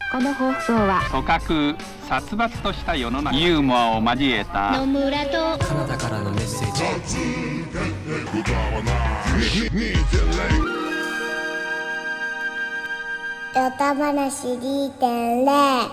この放送は組閣殺伐とした世の中、ユーモアを交えた野村とカナダからのメッセージ。 ヨタ話2.0。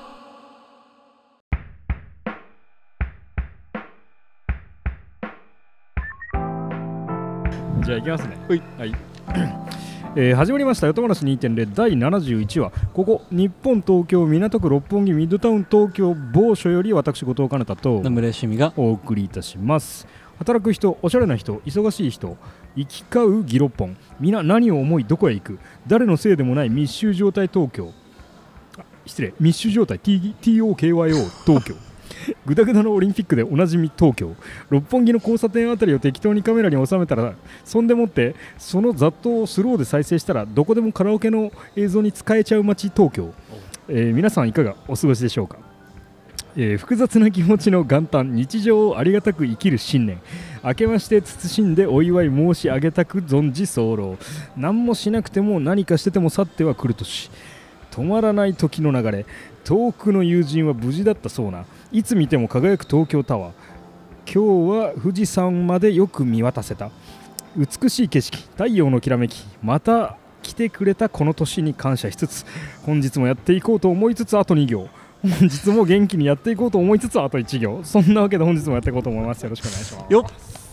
じゃあ行きますね。はい。始まりましたよた話 2.0 第71話。ここ日本東京港区六本木ミッドタウン東京某所より私後藤かなたと野村よしみがお送りいたします。働く人、おしゃれな人、忙しい人、行き交うギロッポン、皆何を思いどこへ行く、誰のせいでもない密集状態東京、密集状態 TOKYO 東京グダグダのオリンピックでおなじみ東京、六本木の交差点あたりを適当にカメラに収めたら、そんでもってその雑踏をスローで再生したらどこでもカラオケの映像に使えちゃう街東京。皆さんいかがお過ごしでしょうか。複雑な気持ちの元旦、日常をありがたく生きる新年、明けまして謹んでお祝い申し上げたく存じ候。何もしなくても何かしてても去っては来る年、止まらない時の流れ、遠くの友人は無事だったそうな、いつ見ても輝く東京タワー、今日は富士山までよく見渡せた、美しい景色、太陽のきらめき、また来てくれたこの年に感謝しつつ、本日もやっていこうと思いつつあと2行、本日も元気にやっていこうと思いつつあと1行、そんなわけで本日もやっていこうと思います。よろしくお願いしますよっ。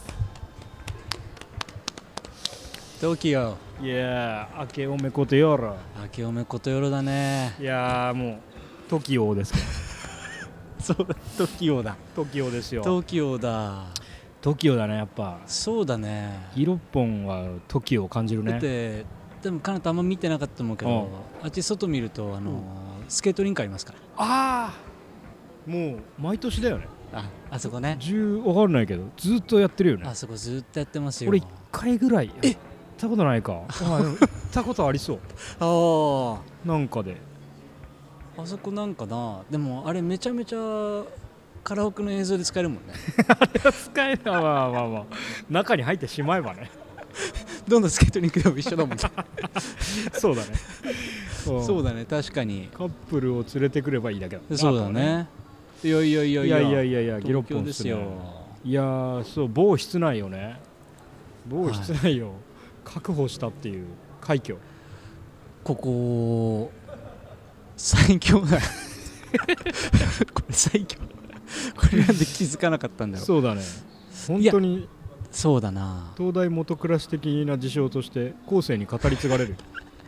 東京、 いやー、明けおめことよろ。 明けおめことよろだね。 いやー、もうTOKIOですかそうだ、TOKIOだ。 TOKIOですよ。 TOKIOだ。 TOKIOだね、やっぱそうだね。 ギロッポンはTOKIOを感じるね。 だってでもカナタあんま見てなかったと思うけど、あっち外見るとスケートリンクありますから。 ああ、もう毎年だよね。 あそこね。 わかんないけどずっとやってるよね。 あそこずっとやってますよ。 俺1回ぐらい行ったことないか。でも行ったことありそうあなんかで。 あそこなんかな。でもあれめちゃめちゃカラオケの映像で使えるもんねあれは使えた。まあ中に入ってしまえばねどんなスケートリンクでも一緒だもんねそうだねそうだね、確かにカップルを連れてくればいいだけだ。 そうだね。いやギロッポンですよ。 いやー、そう、某室内をね、某室内を確保したっていう快挙。 ここ最強だこれ最強。これなんで気づかなかったんだろう。 そうだね、本当にそうだな。 東大元暮らし的な事象として後世に語り継がれる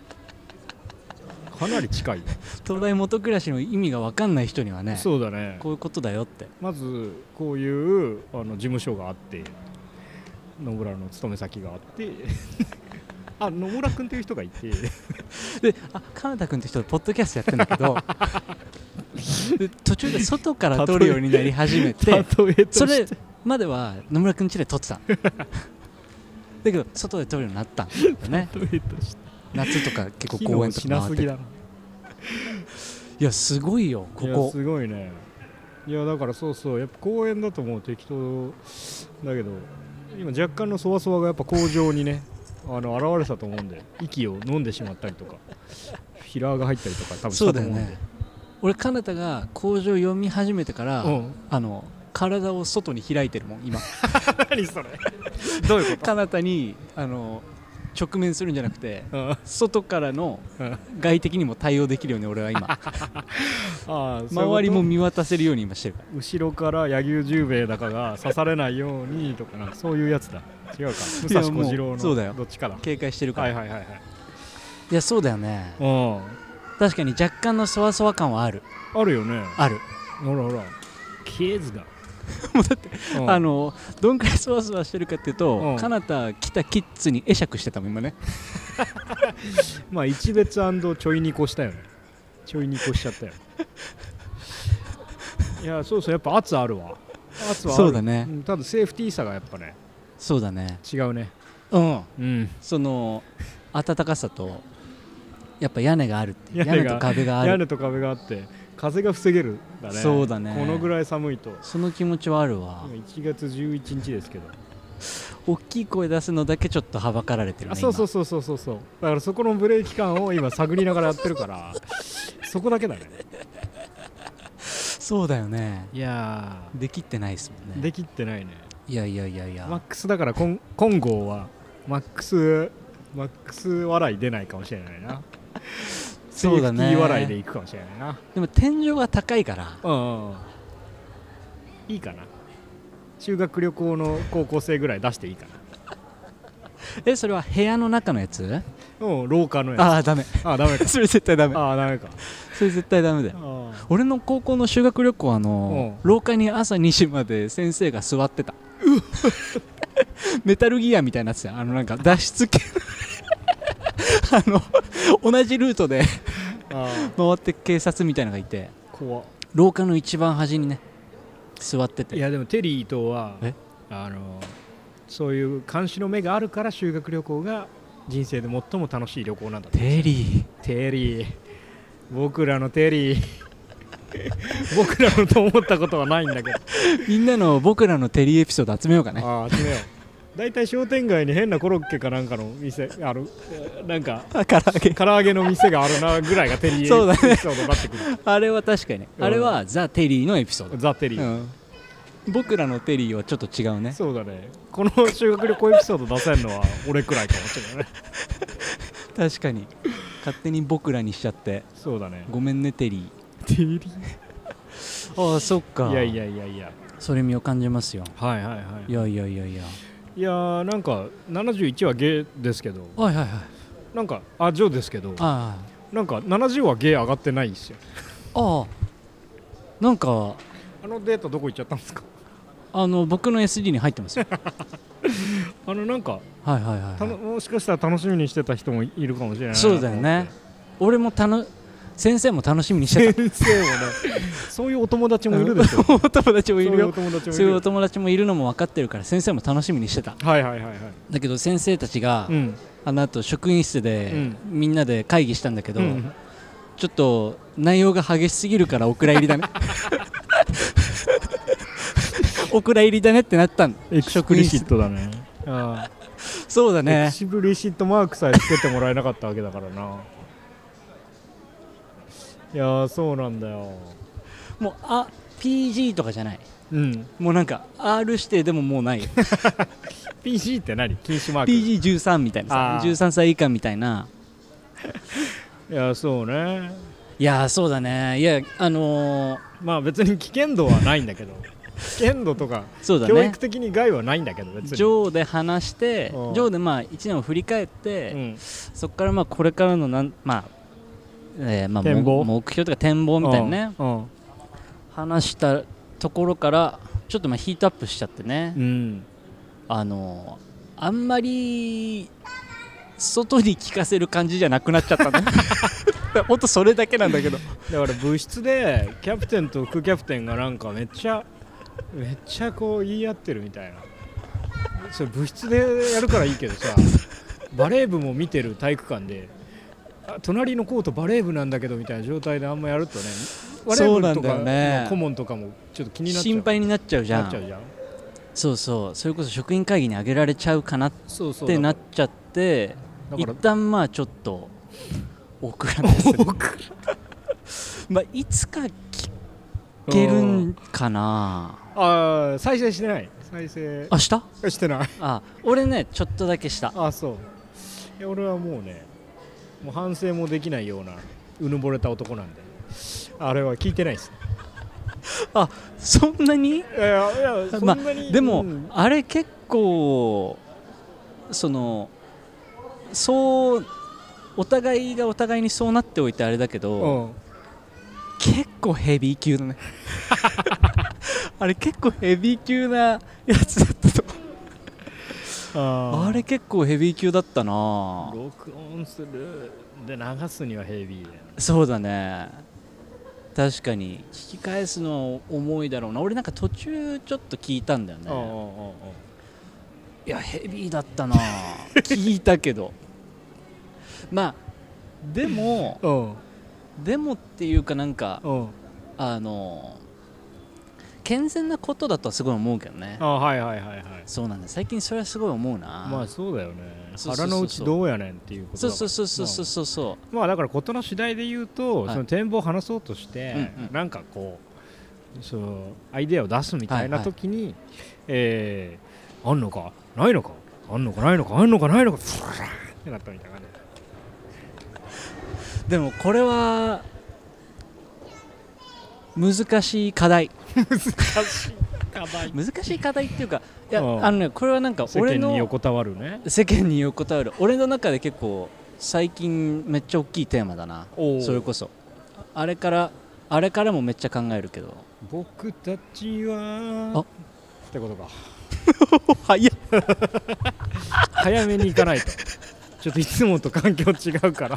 かなり近い。 東大元暮らしの意味が分かんない人にはね、 そうだね、 こういうことだよって。まずこういう事務所があって、野村の勤め先があって野村君という人がいてで、カナダ君って人ポッドキャストやってるんだけどで途中で外から撮るようになり始めてそれまでは野村君家で撮ってただけど外で撮るようになったんだよね夏とか結構公園とか回って。いやすごいよここ。 いやすごいね。いやだからそうやっぱ公園だともう適当だけど、今若干のそわそわがやっぱ工場にね現れたと思うんで、息を飲んでしまったりとかフィラーが入ったりとか多分したと思うんで。そうだよね。 俺カナダが工場読み始めてから、体を外に開いてるもん今何それどういうこと。 カナダに直面するんじゃなくて、外からの外敵にも対応できるよね俺は今周りも見渡せるように今してるから。 後ろから柳生十兵衛だかが刺されないようにとかなんかそういうやつだ。違うか、武蔵小次郎のどっちかだ。 警戒してるから。 はい。 いやそうだよね。確かに若干のそわそわ感はあるよね。 ある。 ほらケーズがもうだってどんくらいそわそわしてるかっていうと、カナダ来たキッズに会釈してたもん今ねまあ一別ちょいニコしたよね。ちょいニコしちゃったよいやそうやっぱ圧あるわ。圧はある。そうだね。ただセーフティーさがやっぱね。 そうだね。 違うね。 その暖かさとやっぱ屋根があるっていう。屋根と壁がある。 屋根と壁があって風が防げるんだね。 そうだね。 このぐらい寒いと。 その気持ちはあるわ。 今1月11日ですけど、 大きい声出すのだけちょっとはばかられてるね。 そうだからそこのブレーキ感を今探りながらやってるからそこだけだね。 そうだよね。 いやできってないですもんね。 できってないね。 いやいやいやいや。 マックスだから金剛はマックス笑い出ないかもしれないな。 そうだね。 セーフティー笑いでいくかもしれないな。 でも天井が高いから。 いいかな。修学旅行の高校生ぐらい出していいかな。 それは部屋の中のやつ？ 廊下のやつ。 ああダメ。 ダメか。 それ絶対ダメ。 ダメか。 それ絶対ダメだよ。俺の高校の修学旅行廊下に朝2時まで先生が座ってた。メタルギアみたいなやつや。なんか脱出系同じルートで回って警察みたいなのがいて、 怖っ。 廊下の一番端にね座ってて。 いやでもテリーとはそういう監視の目があるから修学旅行が人生で最も楽しい旅行なんだ。 テリー、僕らのテリー僕らのと思ったことはないんだけどみんなの僕らのテリーエピソード集めようかね。 集めよう。だいたい商店街に変なコロッケかなんかの店ある、なんか唐揚げの店があるなぐらいがテリーエピソードになってくる。 あれは確かに、あれはザ・テリーのエピソード。 ザ・テリー、 僕らのテリーはちょっと違うね。 そうだね。この修学旅行エピソード出せるのは俺くらいかもしれないね。 確かに勝手に僕らにしちゃって。そうだね。ごめんねテリー。ああそっか。いやそれ身を感じますよ。いやいやなんか71はゲーですけど、なんかジョーですけど、なんか70はゲー上がってないんですよ。 なんかデータどこ行っちゃったんですか？ 僕の SD に入ってますよ。 なんかもしかしたら楽しみにしてた人もいるかもしれない。 そうだよね。俺も先生も楽しみにしてた。 先生もね、そういうお友達もいるでしょ。 お友達もいるよ。 そういうお友達もいるのも分かってるから先生も楽しみにしてた。だけど先生たちがあの後職員室でみんなで会議したんだけど、ちょっと内容が激しすぎるからお蔵入りだね。お蔵入りだねってなったん。 エクスプリシットだね。 そうだね。 エクスプリシットマークさえつけてもらえなかったわけだからな。いやそうなんだよ。 もうPG とかじゃない。もうなんか R 指定でももうない。 PG って何？禁止マーク。 PG13 みたいなさ、13歳以下みたいな。 いやそうね。 いやそうだね。いやまあ別に危険度はないんだけど。危険度とか教育的に害はないんだけど、別にジョーで話して、ジョーでまあ1年を振り返って、そこからまあこれからの目標とか展望みたいなね、話したところからちょっとヒートアップしちゃってね、あんまり外に聞かせる感じじゃなくなっちゃったね。ほんとそれだけなんだけど。 だから部室でキャプテンと副キャプテンがなんかめっちゃこう言い合ってるみたいな。それ部室でやるからいいけどさ、バレー部も見てる体育館で隣のコートバレー部なんだけどみたいな状態であんまやるとね、バレー部とかの顧問とかもちょっと気になっちゃう。 心配になっちゃうじゃん。そうそう、それこそ職員会議に挙げられちゃうかなってなっちゃって、一旦まあちょっとオクラですね。まあいつか聞けるんかな。 再生してない。再生してない。 俺ねちょっとだけした。 そう。俺はもうね、もう反省もできないようなうぬぼれた男なんで、あれは聞いてないです。 そんなに？ そんなに。 でも、あれ結構そうお互いがお互いにそうなっておいてあれだけど、結構ヘビー級だね。あれ結構ヘビー級なやつだったと。あれ結構ヘビー級だったな。 録音するで流すにはヘビーだよね。 そうだね。確かに聞き返すのは重いだろうな。俺なんか途中ちょっと聞いたんだよね。いやヘビーだったな。聞いたけどまあでもっていうかなんか結健全なことだとはすごい思うけどね。 はいはいはいはい。 そうなんだ、最近それはすごい思うな。 まあそうだよね。 そうそうそうそう腹の内どうやねんっていうことだから。 そうそう、 まあだから事の次第で言うと、その展望を話そうとして、なんかこうそうアイデアを出すみたいな時に、あんのかないのか、あんのかないのか、あんのかないのかってなったみたいな感じ。 でもこれは難しい課題難しい課題っていうか、いや、これはなんか俺の世間に横たわるね。 世間に横たわる俺の中で結構最近めっちゃ大きいテーマだな。それこそあれからもめっちゃ考えるけど、 僕たちはってことか早っ早めに行かないとちょっといつもと環境違うから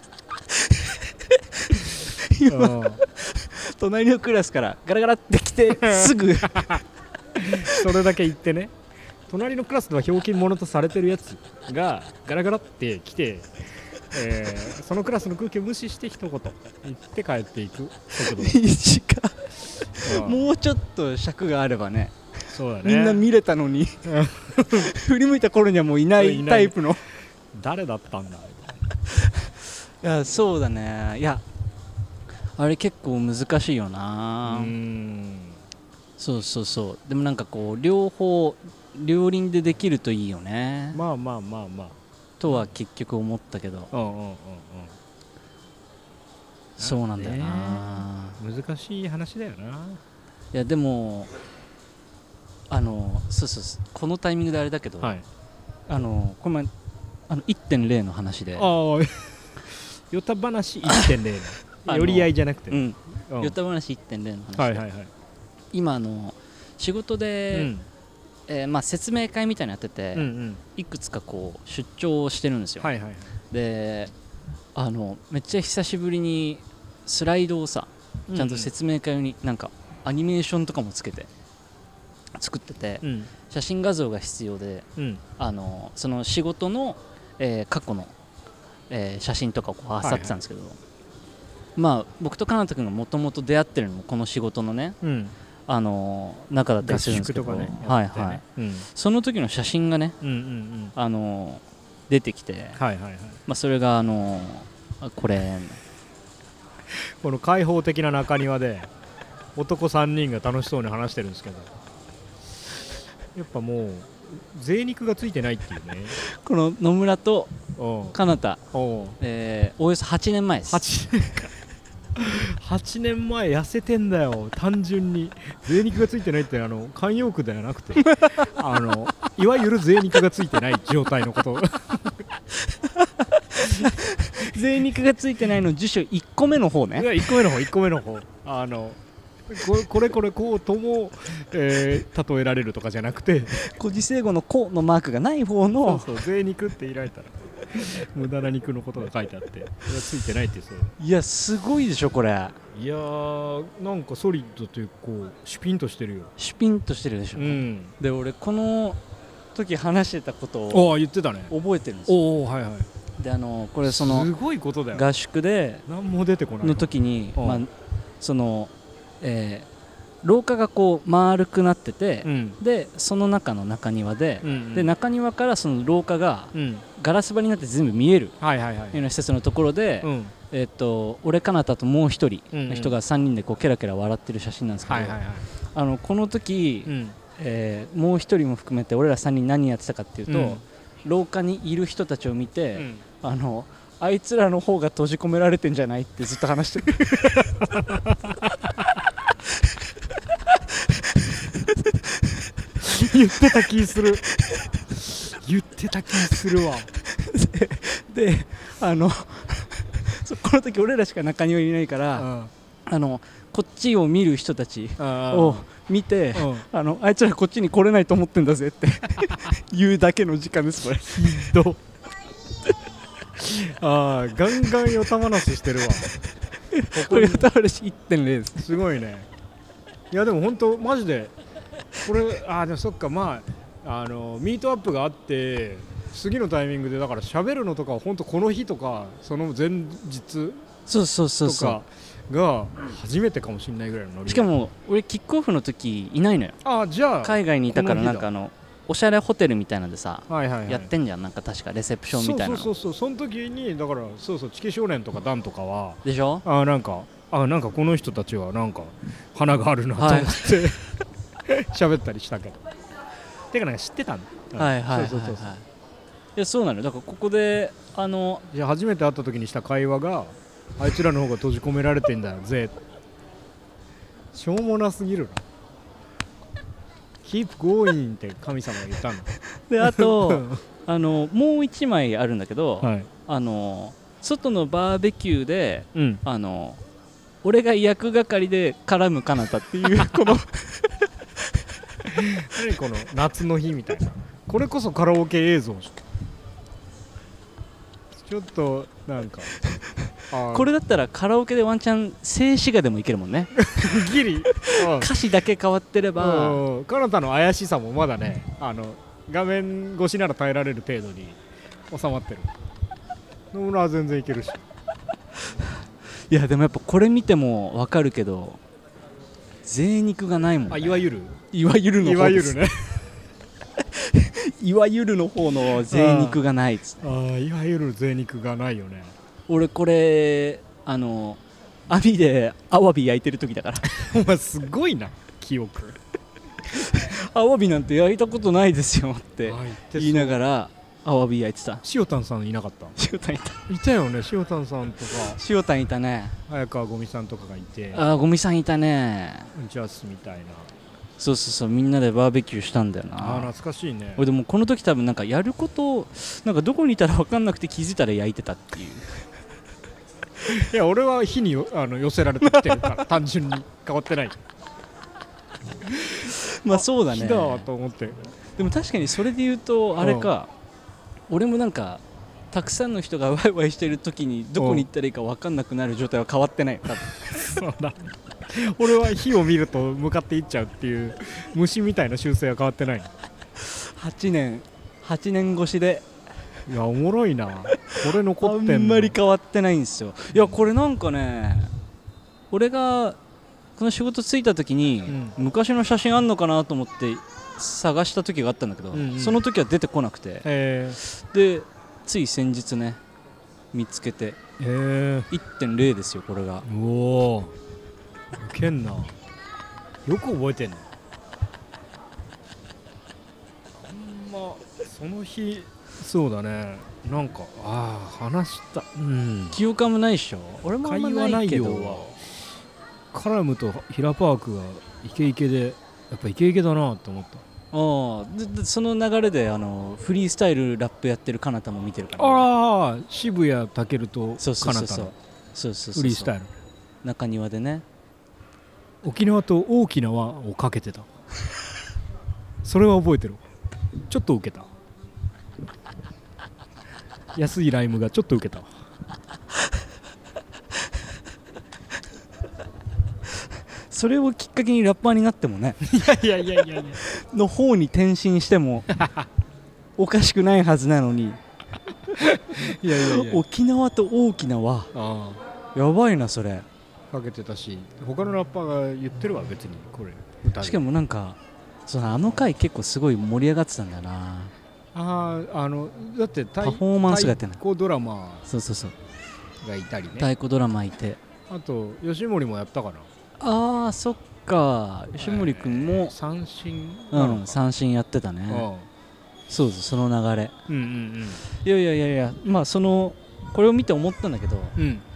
今隣のクラスからガラガラって来てすぐそれだけ言ってね、隣のクラスではひょうきん者とされてるやつがガラガラって来て、そのクラスの空気を無視して一言言って帰っていく速度短もうちょっと尺があればね。 そうだね、 みんな見れたのに振り向いた頃にはもういないタイプの誰だったんだ。 いやそうだね、いやあれ結構難しいよな。そうそうそう、でもなんかこう両方両輪でできるといいよね。 まあまあまあまあとは結局思ったけど、そうなんだよな。 難しい話だよな。 いやでもそうそう、このタイミングであれだけど、これ前1.0 の話で、 よた話 1.0 の寄り合いじゃなくて、 よた話 1.0 の話で、今仕事で、説明会みたいなのやってて、いくつかこう出張をしてるんですよ。でめっちゃ久しぶりにスライドをさ、ちゃんと説明会になんかアニメーションとかもつけて作ってて、写真画像が必要で、その仕事の、過去の、写真とかをこう漁ってたんですけど、まあ僕とかなた君がもともと出会ってるのもこの仕事のね、中だったりするんですけど、その時の写真がね、出てきて、それがこの開放的な中庭で男3人が楽しそうに話してるんですけど、やっぱもう贅肉がついてないっていうね。 この野村とかなた、およそ8年前です。 8年前痩せてんだよ。単純に贅肉がついてないって慣用句ではなくていわゆる贅肉がついてない状態のこと贅肉がついてないの辞書1個目の方ね。 1個目の方これこうとも、例えられるとかじゃなくて、 古事成語のこのマークがない方の、 贅肉って開いたら無駄な肉のことが書いてあって、それはついてないって。 いやすごいでしょこれ。 いやーなんかソリッドというこうシュピンとしてるよ。 シュピンとしてるでしょ、で俺この時話してたことを言ってたね、 覚えてるんですよ。でこれそのすごいことだよ。 合宿で何も出てこないの時に、その廊下がこう丸くなってて、でその中の中庭で、で中庭からその廊下がガラス張りになって全部見えるような施設のところで、俺かなたともう一人の人が3人でこうケラケラ笑ってる写真なんですけど、この時、もう一人も含めて俺ら3人何やってたかっていうと、廊下にいる人たちを見て、あいつらの方が閉じ込められてんじゃないってずっと話してる言ってた気するわでこの時俺らしか中庭にいないから、こっちを見る人たちを見て、あいつらこっちに来れないと思ってんだぜって言うだけの時間です。これひどガンガンよた話してるわこれよた話 1.0 です。 すごいね。いやでも本当マジでこれでもそっか、ミートアップがあって次のタイミングでだから喋るのとかは本当この日とかその前日とかが初めてかもしれないぐらいのノリ。 しかも俺キックオフの時いないのよ。 じゃあ海外にいたから、 この日だなんかおしゃれホテルみたいなんでさ、 はいはいはい、 やってんじゃん、なんか確かレセプションみたいなの。 そうその時にだからチキ少年とかダンとかはでしょ。 なんかこの人たちはなんか花があるなと思って、喋ったりしたけど、てかなんか知ってたんだ。 はいはいはいはい。 そういやそうなのよ。だからここでじゃあ初めて会った時にした会話が、あいつらの方が閉じ込められてんだよぜ。しょうもなすぎるな。Keep going って神様が言ったんだ。 であともう一枚あるんだけど、 はい、 外のバーベキューで、 うん、 俺が役係で絡む彼方っていうこの何この夏の日みたいな、これこそカラオケ映像じゃん。ちょっとなんかこれだったらカラオケでワンチャン静止画でもいけるもんね。 ギリ歌詞だけ変わってれば、 彼方の怪しさもまだね、画面越しなら耐えられる程度に収まってる。野村は全然いけるし。 いやでもやっぱこれ見ても分かるけど贅肉がないもんね。 いわゆるの方です。 いわゆるねいわゆるの方の贅肉がないっつって。 いわゆる贅肉がないよね。 俺これ網でアワビ焼いてる時だからお前すごいな記憶。 アワビなんて焼いたことないですよって言いながらアワビ焼いてた。 塩炭さんいなかった？ 塩炭いた。 いたよね、塩炭さんとか。 塩炭いたね。 早川ゴミさんとかがいて、 ゴミさんいたね。 ジャスみたいな。 そうみんなでバーベキューしたんだよな。 懐かしいね。 俺でもこの時多分なんかやることなんかどこにいたら分かんなくて気づいたら焼いてたっていう。 いや俺は火に寄せられてきてるから単純に変わってない。 まあそうだね。 火だわと思って。 でも確かにそれで言うとあれか、俺もなんかたくさんの人がワイワイしてる時にどこに行ったらいいか分かんなくなる状態は変わってないよ多分。 そうだ。俺は火を見ると向かっていっちゃうっていう虫みたいな習性は変わってない。 8年越しで。 いやおもろいな。これ残ってんの。 あんまり変わってないんですよ。いやこれなんかね、俺がこの仕事着いた時に、昔の写真あんのかなと思って探した時があったんだけど、その時は出てこなくて、でつい先日ね見つけて、1.0 ですよこれが。 うおー、ウケんな。よく覚えてんの。その日そうだね、なんか話した、 記憶あんまないっしょ。俺もあんまないけど、 カラムとヒラパークがイケイケでやっぱイケイケだなと思った。 でその流れでフリースタイルラップやってるカナタも見てるから、 ね、渋谷健とカナタのフリースタイル中庭でね、 沖縄と大きな輪をかけてた。それは覚えてる。ちょっと受けた。安いライムがちょっと受けた。 それをきっかけにラッパーになってもねいやの方に転身してもおかしくないはずなのにいや沖縄と大きな輪やばいな。それかけてたし、他のラッパーが言ってるわ別にこれ歌で。 しかもなんか回結構すごい盛り上がってたんだよな。 だってパフォーマンスがやってない。 太鼓ドラマがいたりね。 太鼓ドラマいて、 あと吉森もやったかな。 そっか、吉森くんも三振やってたね。そうその流れ。いやまあこれを見て思ったんだけど、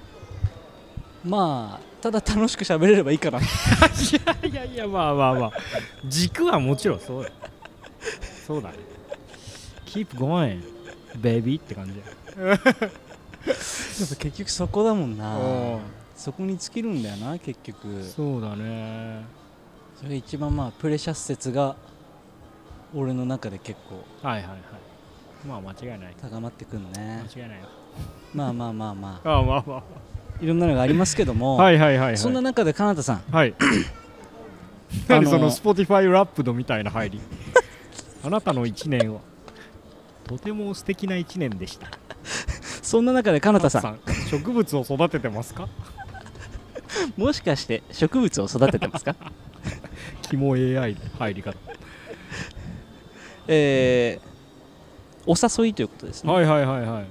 まあただ楽しく喋れればいいかな。いやまあ軸はもちろんそうだね。Keep going baby って感じだよ。 結局そこだもんな。そこに尽きるんだよな結局。 そうだね。 それ一番プレシャス説が俺の中で結構まあ間違いない。 高まってくるね。 間違いないよ。 まあいろんなのがありますけども、そんな中でカナタさん、 何その Spotify ラップドみたいな入り。あなたの1年はとても素敵な1年でした。 そんな中でカナタさん、 植物を育ててますか？ もしかして植物を育ててますか？ キモ AI 入り方。 お誘いということですね。 はいはいはいはい。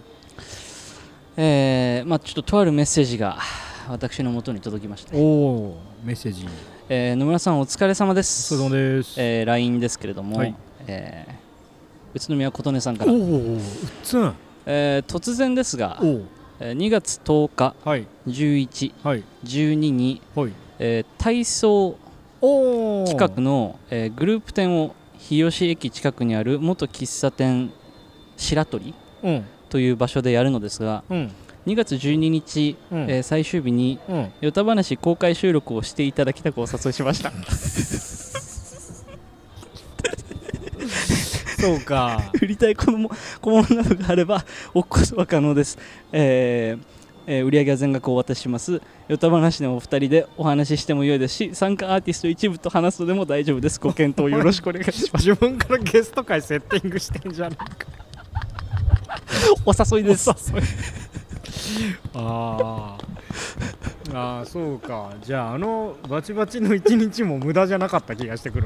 まあちょっととあるメッセージが私の元に届きました、 おお、メッセージ。 野村さんお疲れ様です。 お疲れ様です。 LINE ですけれども、 はい、 宇都宮琴音さんから、 おお、 突然ですが、 おお、 2月10日、 はい、 11、 はい、 12に、 はい、 体操おお、 企画の、グループ展を日吉駅近くにある元喫茶店白鳥うんという場所でやるのですが、 うん、 2月12日、最終日に、ヨタ話公開収録をしていただきたくお誘いしました。 そうか。 売りたい小物などがあればお越しは可能です。売上は全額お渡しします。ヨタ話のお二人でお話ししても良いですし、参加アーティスト一部と話すのでも大丈夫です。ご検討よろしくお願いします。 自分からゲスト会セッティングしてんじゃねえか。 お誘いです。 ああ、そうか。じゃあバチバチの一日も無駄じゃなかった気がしてくる。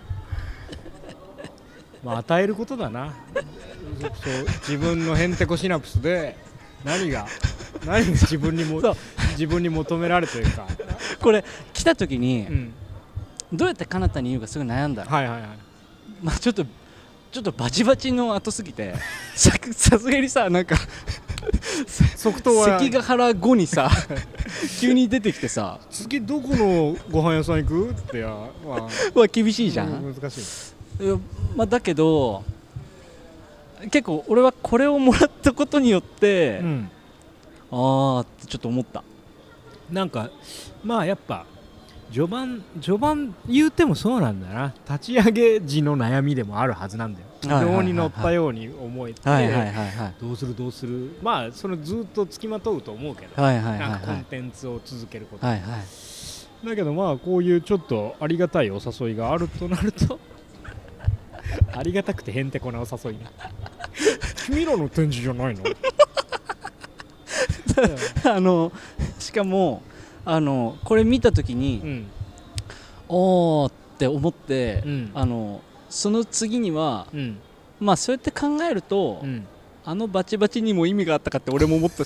まあ与えることだな。そう自分のヘンテコシナプスで何が自分に求められてるか。 これ来た時に、 うん、 どうやって彼方に言うかすごい悩んだの。 はいはいはい。 まあちょっとバチバチの後すぎてさすがにさ、なんか即答は関ヶ原後にさ急に出てきてさ、 次どこのご飯屋さん行くってまあ厳しいじゃん。 難しい。 まあだけど結構俺はこれをもらったことによって、あーってちょっと思った。 なんかまあやっぱ序盤言うてもそうなんだな。立ち上げ時の悩みでもあるはずなんだよ。軌道に乗ったように思えて、どうする、まあそのずっとつきまとうと思うけど、なんかコンテンツを続けること、だけどまあこういうちょっとありがたいお誘いがあるとなるとありがたくてへんてこなお誘いね。君らの展示じゃないの？ しかもこれ見たときに、おーって思って、その次には、まあそうやって考えると、バチバチにも意味があったかって俺も思った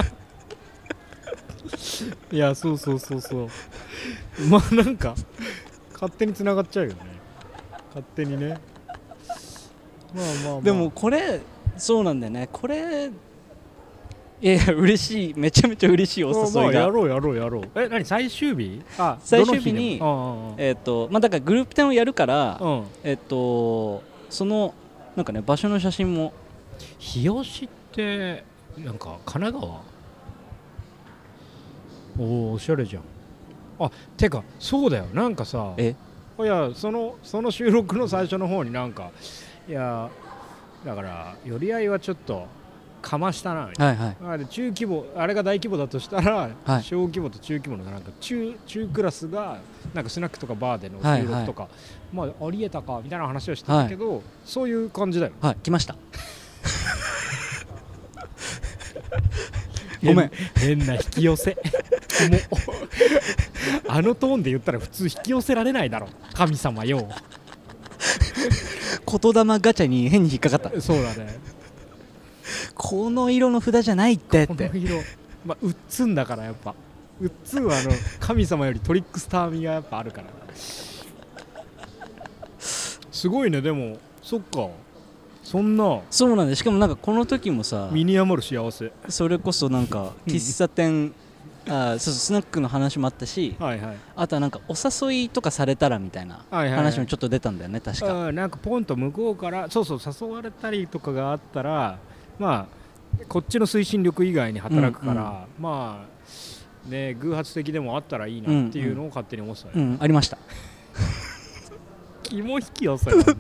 しいやそうまあなんか勝手に繋がっちゃうよね。勝手にね。まあ、 でもこれそうなんだよね。これいや嬉しい、めちゃめちゃ嬉しいお誘いが。 やろう。何最終日？ 最終日にまあだからグループ展をやるから、そのなんかね場所の写真も。 日吉ってなんか神奈川？おしゃれじゃん。てかそうだよ。なんかさ、いやその収録の最初の方になんかいやだから寄り合いはちょっとかましたなみたいな、中規模あれが大規模だとしたら、小規模と中規模のなんか中クラスがなんかスナックとかバーでの収録とか、まあありえたかみたいな話をしてたけど、そういう感じだよ。 来ました。ごめん、 変な引き寄せ。あのトーンで言ったら普通引き寄せられないだろ神様よ。 言霊ガチャに変に引っかかった。 そうだね。 この色の札じゃないってこの色、まあうっつんだからやっぱうっつんは神様よりトリックスター味がやっぱあるから。すごいね。でもそっか、 そうなんで、しかもなんかこの時もさ、 身に余る幸せ。 それこそなんか喫茶店そうスナックの話もあったし、あとはなんかお誘いとかされたらみたいな話もちょっと出たんだよね、確か。 なんかポンと向こうから誘われたりとかがあったら、まあこっちの推進力以外に働くから、まあね偶発的でもあったらいいなっていうのを勝手に思ってたね。 ありました。 肝引き寄せ。肝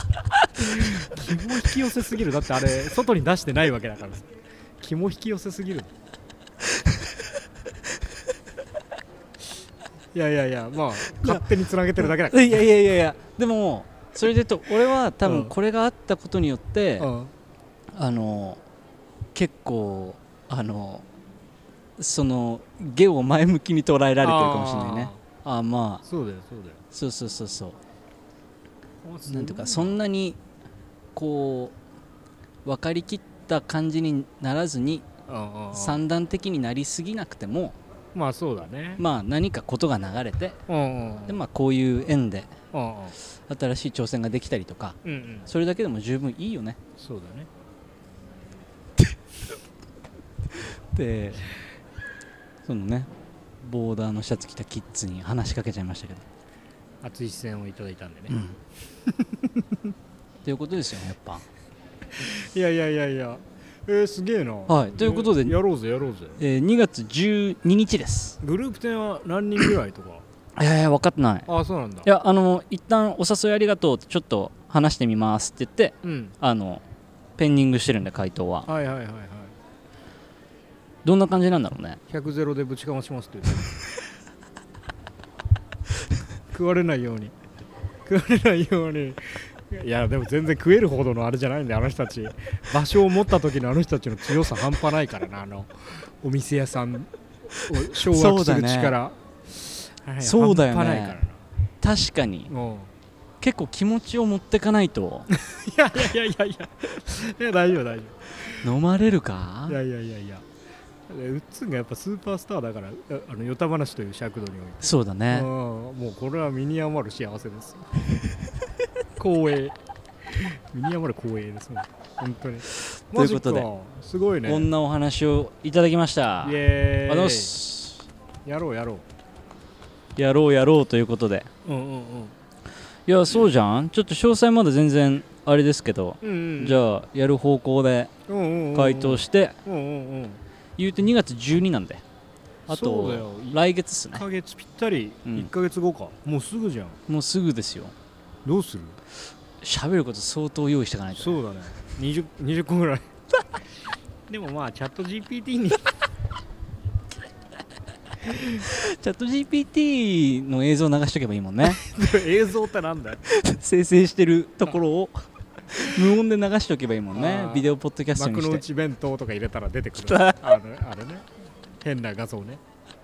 引き寄せすぎる。だってあれ外に出してないわけだから。肝引き寄せすぎる。いやまあ勝手につなげてるだけだから。 いやでもそれで言うと俺は多分これがあったことによって、結構その芸を前向きに捉えられてるかもしれないね。ああまあそうだよそうだよ。 そうそうそうそうあなんていうかそんなにこう分かりきった感じにならずに三段的になりすぎなくてもまあそうだね。 まあ何かことが流れてうんでまあこういう縁でうん新しい挑戦ができたりとかうんうんそれだけでも十分いいよね。 そうだね。 でそのねボーダーのシャツ着たキッズに話しかけちゃいましたけど、 熱い視線をいただいたんでね。 っていうことですよねやっぱ。 いやいやいやいや。すげえな。 はいということでやろうぜやろうぜ。 2月12日です。 グループ展は何人ぐらいとか。 分かってない。 ああそうなんだ。 いや一旦お誘いありがとうってちょっと話してみますって言ってうん。 ペンディングしてるんで回答ははいはいはいはい。 どんな感じなんだろうね。 100ゼロでぶちかましますって言って食われないように食われないように。いやでも全然食えるほどのあれじゃないんだよあの人たち。場所を持った時のあの人たちの強さ半端ないからな。お店屋さんを掌握する力。 そうだよね半端ないからな。 確かに結構気持ちを持ってかないといやいやいやいやいや大丈夫大丈飲まれるか。 夫。いやいやいやいやウッツンがやっぱスーパースターだからヨタ話という尺度においてそうだね。 もうこれは身に余る幸せですよ。光栄身に余る光栄ですもん本当に。 ということでマジかすごいね。 こんなお話をいただきました。 イエーイあのすやろうやろやろうやろうということでう。うんうんうんいやそうじゃん。ちょっと詳細まだ全然あれですけど、 うんうん。 じゃあやる方向で回答してうんうんうん言うて2月12なんであとそうだよ来月っすね 1ヶ月ぴったりうん 1ヶ月後かもうすぐじゃん。 もうすぐですよ。 どうする。 喋ること相当用意していかないと。 そうだね20個ぐらいでもまあチャット GPT にチャット GPT の映像流しとけばいいもんね映像ってなんだよ。 生成してるところを無音で流しておけばいいもんねあービデオポッドキャストに幕のして内弁当とか入れたら出てくるあれね変な画像ね。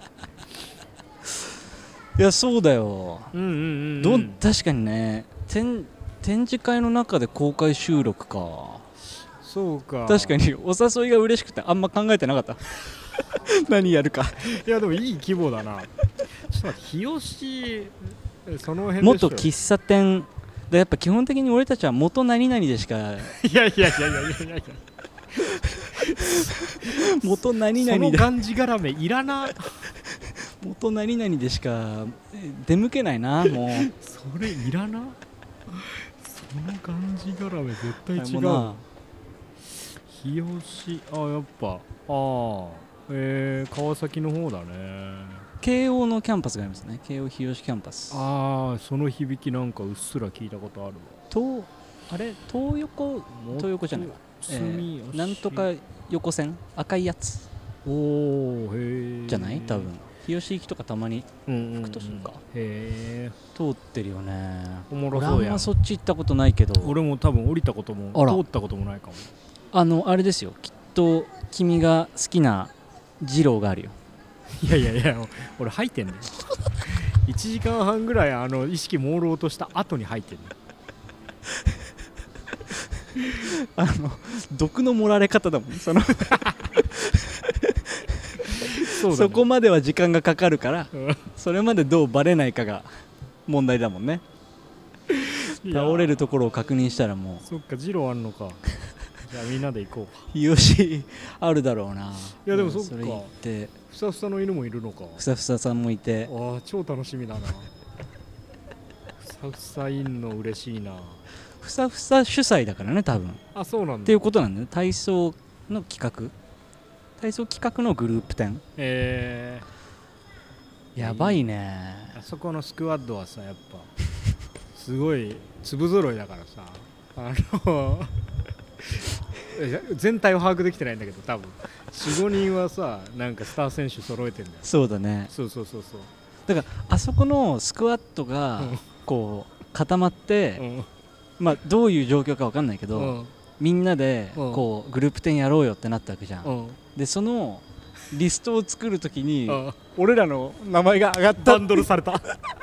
いやそうだよ、 うんうんうんうん。 確かにね展示会の中で公開収録か。 そうか。 確かにお誘いが嬉しくてあんま考えてなかった何やるか。 いやでもいい規模だな。ちょっと待って日吉その辺でしょ。 元喫茶店でやっぱ基本的に俺たちは元何々でしかいやいやいやいやいやいや元何そ 々でのがんじがらめいらな。 元何々でしか出向けないなもうそれいらな。そのがんじがらめ絶対違う。 もな日吉やっぱ川崎の方だね。 慶応のキャンパスがありますね。慶応日吉キャンパス。 その響きなんかうっすら聞いたことあるわ。 東横じゃない、 住吉なんとか横線赤いやつおーへえじゃない多分日吉行きとかたまに行くとするかへえ通ってるよね。 おもろ俺あそうんやん。 まそっち行ったことないけど俺も多分降りたこともあら通ったこともないかも。 あれですよきっと君が好きな二郎があるよ。 いやいやいや俺入ってんねん1時間半ぐらい意識朦朧とした後に入ってんねん毒の盛られ方だもんそうだねそこまでは時間がかかるからうんそれまでどうバレないかが問題だもんね。 いや倒れるところを確認したらもうそっかジローあんのかじゃあみんなで行こうか。 日吉あるだろうな。 いやでもそっかそれ行ってふさふさの犬もいるのか。 ふさふささんもいて超楽しみだなふさふさいんの嬉しいな。 ふさふさ主催だからね多分そうなんだ。 っていうことなんだね。体操の企画のグループ展やばいね。 あそこのスクワッドはさやっぱすごい粒揃いだからさ全体を把握できてないんだけど多分 4,5 人はさなんかスター選手揃えてんだよ。 そうだね。 そうそうそうそう。 だからあそこのスクワットがこう固まってまあどういう状況か分かんないけどみんなでこうグループ展やろうよってなったわけじゃん。でそのリストを作るときにああ俺らの名前が上がったバンドルされた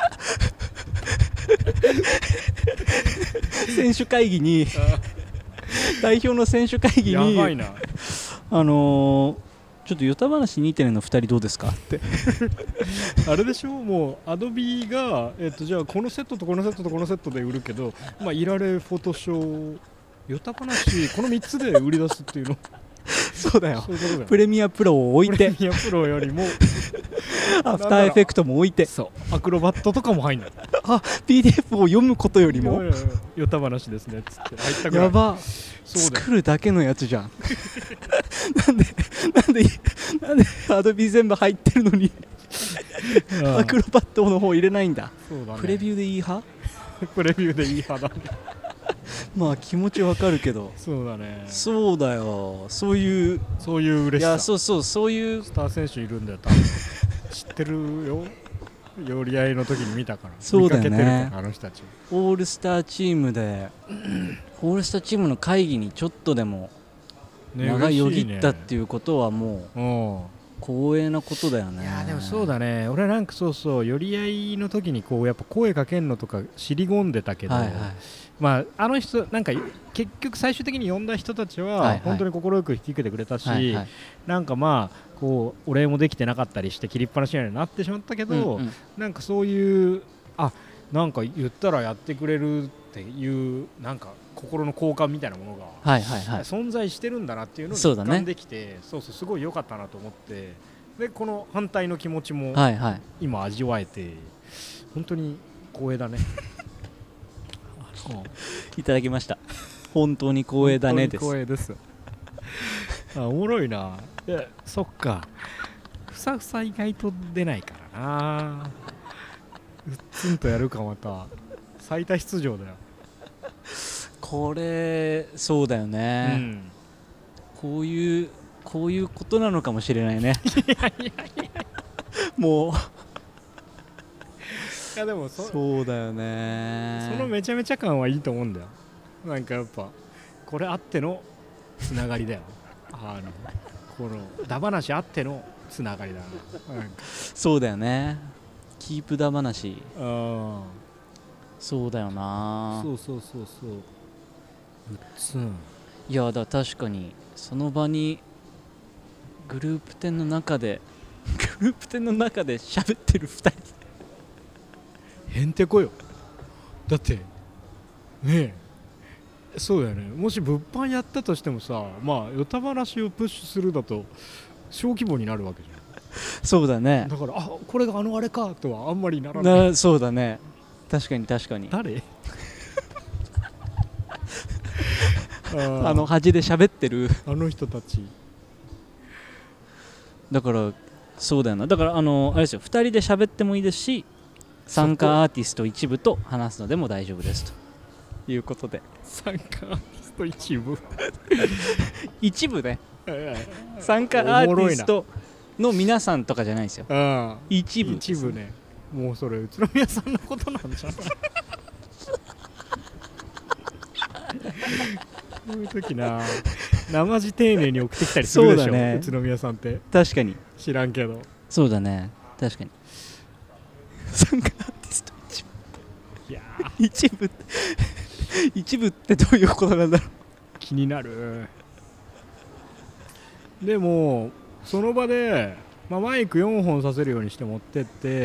選手会議に代表の選手会議にやばいなちょっとヨタ話2.0の2人どうですかってあれでしょもうアドビが、じゃあこのセットとこのセットとこのセットで売るけど、まあ、いられフォトショーヨタ話この3つで売り出すっていうのそうだよそういうことだよプレミアプロを置いてプレミアプロよりもアフターエフェクトも置いてそうアクロバットとかも入んない PDF を読むことよりもヨタ話ですねっつって入ったぐらいやばそうだよ作るだけのやつじゃんなんでアドビ全部入ってるのにアクロバットの方入れないんだそうだねプレビューでいい派プレビューでいい派だねまあ気持ちわかるけどそうだねそうだよそういうそういう嬉しさいやそういうスター選手いるんだよ多分知ってるよ寄り合いの時に見たからそうだよね見かけてるからあの人たちオールスターチームでオールスターチームの会議にちょっとでも名がよぎったっていうことはもう光栄なことだよね。 いやでもそうだね俺なんかそう寄り合いの時にこうやっぱ声かけんのとか尻込んでたけど、 はいはい、 まああの人なんか結局最終的に呼んだ人たちは本当に快く引き受けてくれたし、 はいはい、 なんかまあこうお礼もできてなかったりして切りっぱなしになってしまったけど、なんかそういうなんか言ったらやってくれるっていうなんか心の交換みたいなものが存在してるんだなっていうのを実感できて、そうすごい良かったなと思ってでこの反対の気持ちも今味わえて本当に光栄だねいただきました本当に光栄だねです光栄ですおもろいなそっかふさふさ意外と出ないからなうっつんとやるかまた最多出場だよこれそうだよね、こういうことなのかもしれないねもういやでもそうだよねそのめちゃめちゃ感はいいと思うんだよなんかやっぱこれあってのつながりだよこのダ話あってのつながりだなそうだよねキープダ話そうだよなそういやだ確かにその場にグループ展の中で喋ってる2人へんてこよだってねえそうだよねもし物販やったとしてもさまあヨタ話をプッシュするだと小規模になるわけじゃんそうだねだからこれがあれかとはあんまりならないそうだね確かに誰端で喋ってるあの人たちだからそうだよなだからあれですよ2人で喋ってもいいですし参加アーティスト一部と話すのでも大丈夫ですということで参加アーティスト一部一部ね参加アーティストの皆さんとかじゃないですよ一部ねもうそれ宇都宮さんのことなんじゃないこういう時な生地丁寧に送ってきたりするでしょ、ね、宇都宮さんって確かに知らんけどそうだね確かに参加アーティスト一部いや一部ってどういうことなんだろう気になるでもその場で、マイク4本させるようにして持ってって、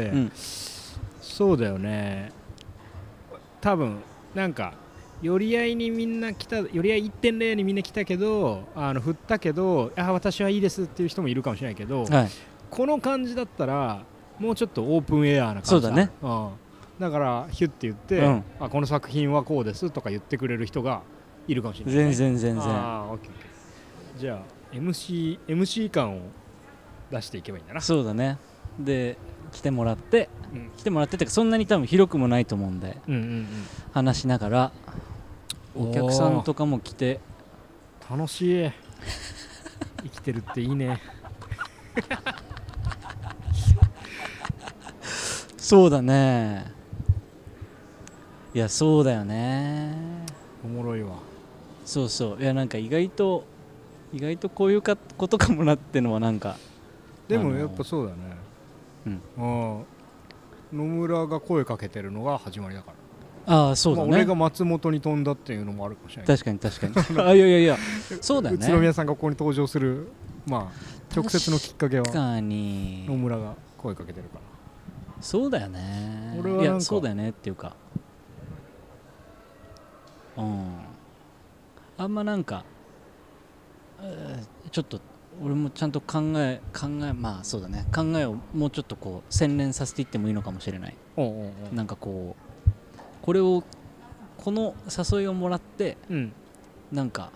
そうだよね多分なんか寄り合いにみんな来た寄り合い 1.0 にみんな来たけど振ったけど私はいいですっていう人もいるかもしれないけど、この感じだったらもうちょっとオープンエアーな感じだそうだね、 だからヒュッて言って、この作品はこうですとか言ってくれる人がいるかもしれない、ね、 全然オッケーじゃあ MC 感を出していけばいいんだなそうだねで来てもらってってかそんなに多分広くもないと思うんで、話しながらお客さんとかも来て楽しい生きてるっていいねそうだねいやそうだよねおもろいわそういやなんか意外とこういうことかもなってのはなんかでもやっぱそうだね、 うんあ野村が声かけてるのが始まりだから。 ああそうだね、 俺が松本に飛んだっていうのもあるかもしれない。 確かに確かにあいやいやいやそうだよね。 宇都宮さんがここに登場するまあ直接のきっかけは確かに野村が声かけてるから。 そうだよね。 俺はなんかいやそうだよねっていうか、あんまなんか、ちょっと俺もちゃんと考えまあそうだね、考えをもうちょっとこう洗練させていってもいいのかもしれない。なんかこの誘いをもらって、なんか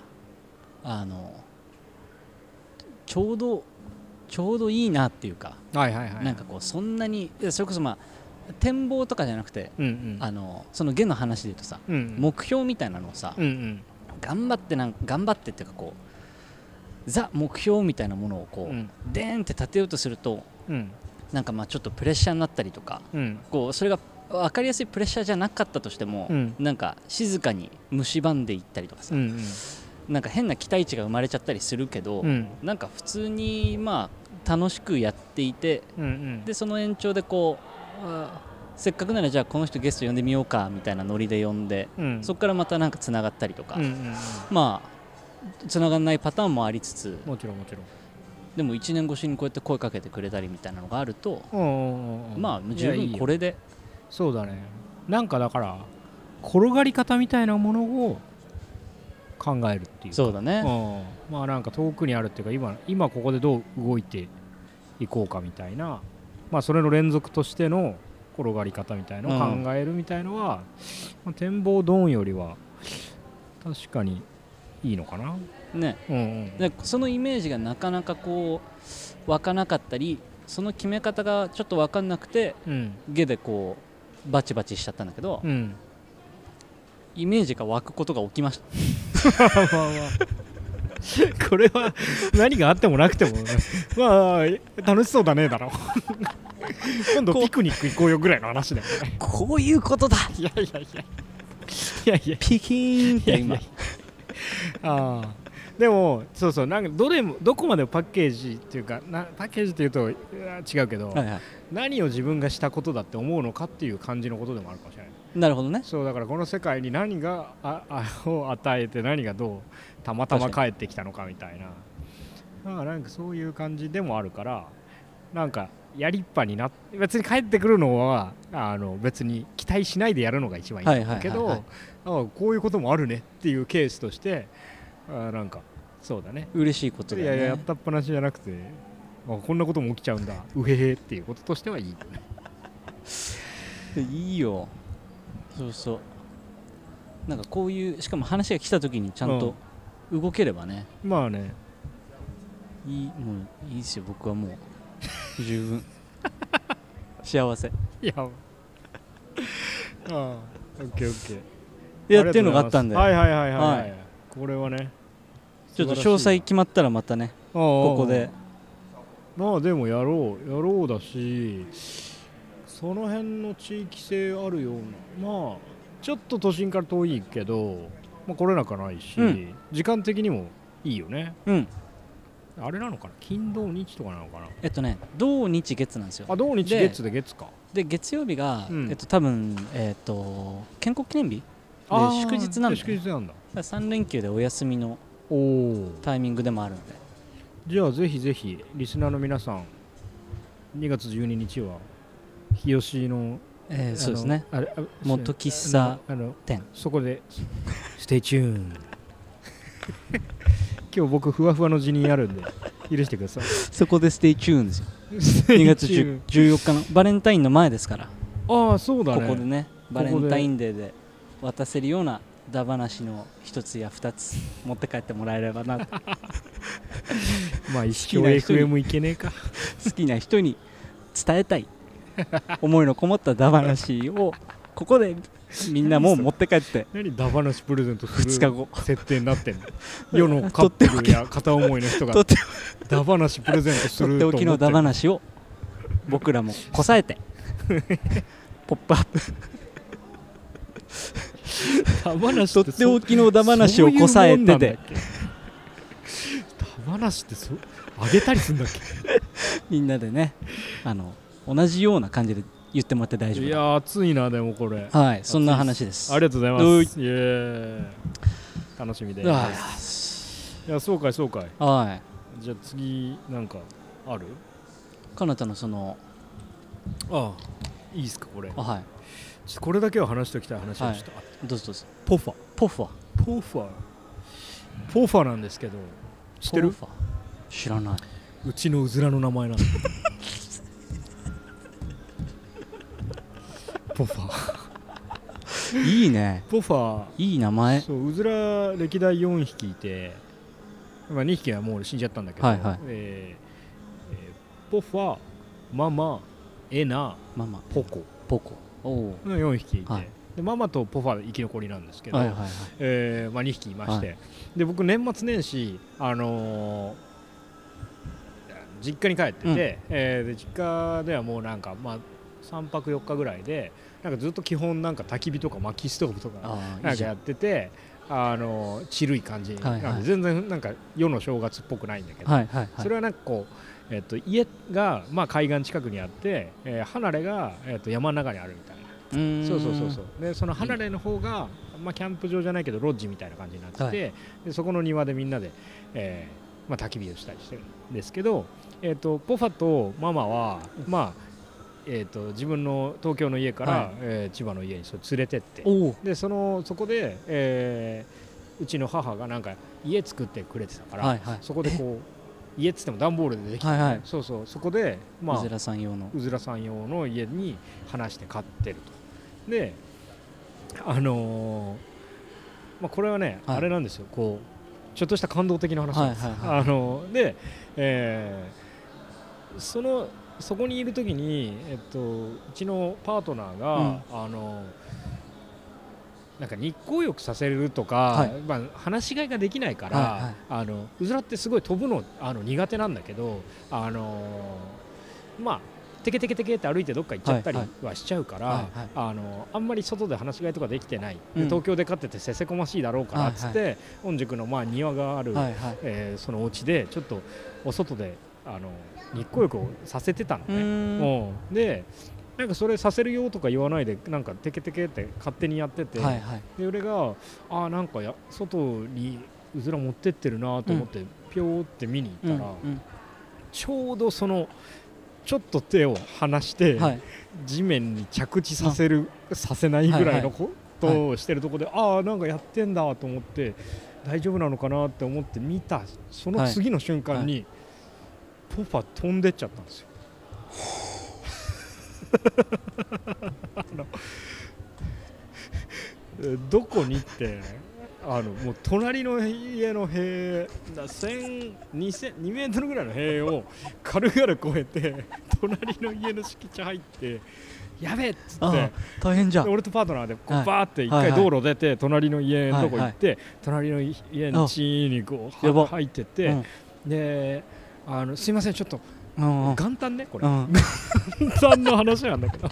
ちょうどいいなっていうか、なんかこうそんなにそれこそまあ展望とかじゃなくて、その現の話で言うとさ、目標みたいなのをさ、頑張ってっていうかこうザ目標みたいなものをこう、デーンって立てようとすると、なんかまあちょっとプレッシャーになったりとか、こうそれが分かりやすいプレッシャーじゃなかったとしても、なんか静かに蝕んでいったりとかさ、なんか変な期待値が生まれちゃったりするけど、なんか普通にまあ楽しくやっていて、でその延長でこうせっかくならじゃあこの人ゲスト呼んでみようかみたいなノリで呼んで、そこからまたなんかつながったりとか、まあつながらないパターンもありつつ、 もちろんでも1年越しにこうやって声かけてくれたりみたいなのがあると、まあ十分これで。 そうだね。なんかだから転がり方みたいなものを考えるっていうか。 そうだね、 まあなんか遠くにあるっていうか、今ここでどう動いていこうかみたいな、まあそれの連続としての転がり方みたいなのを考えるみたいのは、まあ、展望ドーンよりは確かにいいのかなね、でそのイメージがなかなかこう湧かなかったり、その決め方がちょっと分かんなくて、下でこうバチバチしちゃったんだけど、イメージが湧くことが起きましたこれは何があってもなくても、ね、まあ楽しそうだねだろ今度ピクニック行こうよぐらいの話だよね。 こういうことだ。 いやピキーンって今でもそうなんかどこまでパッケージっていうかパッケージっていうと違うけど、何を自分がしたことだって思うのかっていう感じのことでもあるかもしれない。 なるほどね。 そうだからこの世界に何がを与えて何がどうたまたま帰ってきたのかみたいな、なんかそういう感じでもあるから、なんかやりっぱに別に帰ってくるのは別に期待しないでやるのが一番いいんだけど、こういうこともあるねっていうケースとしてなんかそうだね、嬉しいことだよね。 やったっぱなしじゃなくて、こんなことも起きちゃうんだうへへっていうこととしてはいいいいよ。そうなんかこういうしかも話が来た時にちゃんと動ければね、 まあね、 もういいですよ。僕はもう十分幸せ。 いやオッケーやっていうのがあったんで、 はい、これはねちょっと詳細決まったらまたねここで、 まあでもやろうだし、その辺の地域性あるような、まあちょっと都心から遠いけど、まあ、来れなくはないし、時間的にもいいよね。あれなのかな、金土日とかなのかな。 土日月なんですよ。 土日月で月か。 で月曜日が、多分建国記念日で祝日なんだ、 祝日なんだ。 3連休でお休みのタイミングでもあるので、 じゃあぜひぜひリスナーの皆さん、2月12日は日吉のそうですね、元喫茶店、 そこでステイチューン今日僕ふわふわの字にあるんで許してください。 そこでステイチューンですよ2月14日のバレンタインの前ですから。 そうだね。 ここでねバレンタインデーで渡せるようなダ話の一つや二つ持って帰ってもらえればなとまあ一生 FM いけねえか好きな人に伝えたい思いのこもったダ話をここでみんなもう持って帰って何ダ話プレゼントする 2日後設定になってんの世のカップルや片思いの人がダ話プレゼントするとっておきのダ話を僕らもこさえてポップアップとっておきのダ話をこさえてて、 ダ話ってあげたりするんだっけみんなでね同じような感じで言ってもらって大丈夫だ。 いやー熱いなでもこれ。 はい、そんな話です。 ありがとうございます。イエーイ。楽しみではす。いやそうかいそうかい。 はい。 じゃあ次なんかある？ かなたのそのああいいですかこれ。 はい。 ちょっとこれだけは話しておきたい話がちょっとあって、 どうぞどうぞ。 ポファポファポファポファなんですけど知ってる？ ポファ知らない。 うちのうずらの名前なの。ポファいいね。 ポファいい名前。 そううずら歴代4匹いて、まあ、2匹はもう死んじゃったんだけど、 はいはいポファママエナママポコポコおの4匹いて、 はいでママとポファ生き残りなんですけど、 はいはいはいまあ、2匹いまして、 はいで僕年末年始、実家に帰ってて、で実家ではもうなんか、まあ、3泊4日ぐらいでなんかずっと基本なんか焚き火とか薪ストーブとかなんかやっててちるい感じなんで、 はいはい全然なんか世の正月っぽくないんだけど、 はいはいはい。 それはなんかこう、家が、まあ、海岸近くにあって、離れが、山の中にあるみたいな。そうそうそうそう。でその離れの方が、まあ、キャンプ場じゃないけどロッジみたいな感じになってて、 はいでそこの庭でみんなで、まあ、焚き火をしたりしてるんですけど、ポファとママは、まあ自分の東京の家から、 はい千葉の家にそれ連れてっておでそこで、うちの母がなんか家作ってくれてたから、 はいはいそこでこう家っつっても段ボールでできて、 はいはいそうそうそこで、まあ、 うずらさん用のうずらさん用の家に放して飼ってると。でまあ、これはね、 はいあれなんですよこうちょっとした感動的な話なんです、 はいはいで、そこにいる時に、うちのパートナーが、なんか日光浴させるとか、 はいまあ、放し飼いができないから、うずらってすごい飛ぶの苦手なんだけど、まあテケテケテケって歩いてどっか行っちゃったりはしちゃうから、あんまり外で放し飼いとかできてない、で東京で飼っててせせこましいだろうからっつって、御宿のまあ庭がある、そのお家でちょっとお外で日光浴をさせてたのね。でなんかそれさせるよとか言わないでなんかテケテケって勝手にやってて、で俺がなんか外にうずら持ってってるなと思って、ピョーって見に行ったら、ちょうどそのちょっと手を離して、地面に着地させないぐらいのことをしてるところで、なんかやってんだと思って大丈夫なのかなって思って見たその次の瞬間に、ポファ飛んでっちゃったんですよ。どこにってもう隣の家の塀2メートルぐらいの塀を軽々越えて隣の家の敷地入ってやべえっつって大変じゃん。 俺とパートナーでこうバーって一回道路出て隣の家のとこ行って隣の家の地にこう入ってってですいませんちょっと元旦ねこれ元旦の話なんだけど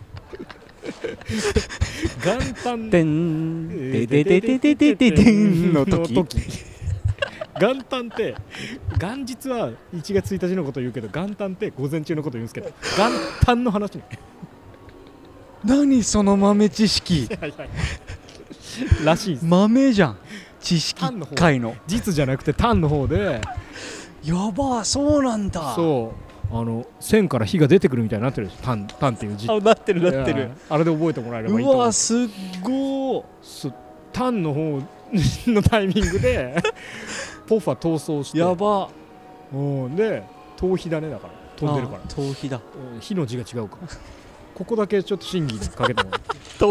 元旦でんででででででででんの時元旦って元日は1月1日のことを言うけど元旦って午前中のことを言うんですけど元旦の話ね。 何その豆知識らしいです。 豆じゃん知識界の実じゃなくて単の方でやばそうなんだ。 そう線から火が出てくるみたいになってるでしょ。単っていう字なってるなってる。 あれで覚えてもらえればいいと思う。 うわすっごー。単の方のタイミングでポファ逃走してやばで逃避だねだから飛んでるから逃避だ。 火の字が違うからここだけちょっと審議にかけてもら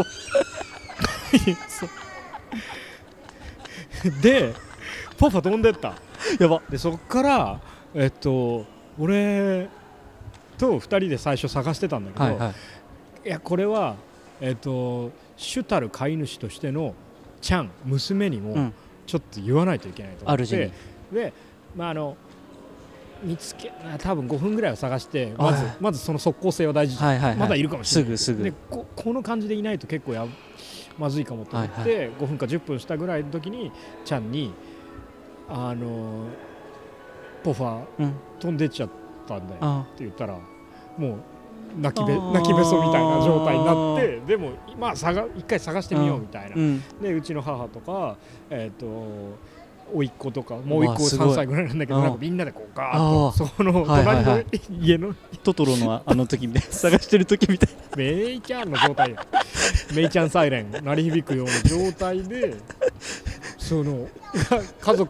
ってでポファ飛んでったやばでそっから俺と2人で最初探してたんだけど、いやこれは主たる飼い主としてのちゃん娘にもちょっと言わないといけないと思って、でまあ見つけ多分5分ぐらいを探してまずその即効性は大事、まだいるかもしれない。 すぐでこの感じでいないと結構まずいかもと思って、5分か10分したぐらいの時にちゃんにポファ飛んでっちゃっったんだよあって言ったらもう泣きべそみたいな状態になってでもまあ一回探してみようみたいな、でうちの母とか甥っ子とかもう甥っ子3歳ぐらいなんだけどなんかみんなでこうガーッとその隣の家のトトロのあの時みたいな探してる時みたいなメイちゃんの状態よメイちゃんサイレン鳴り響くような状態でその家族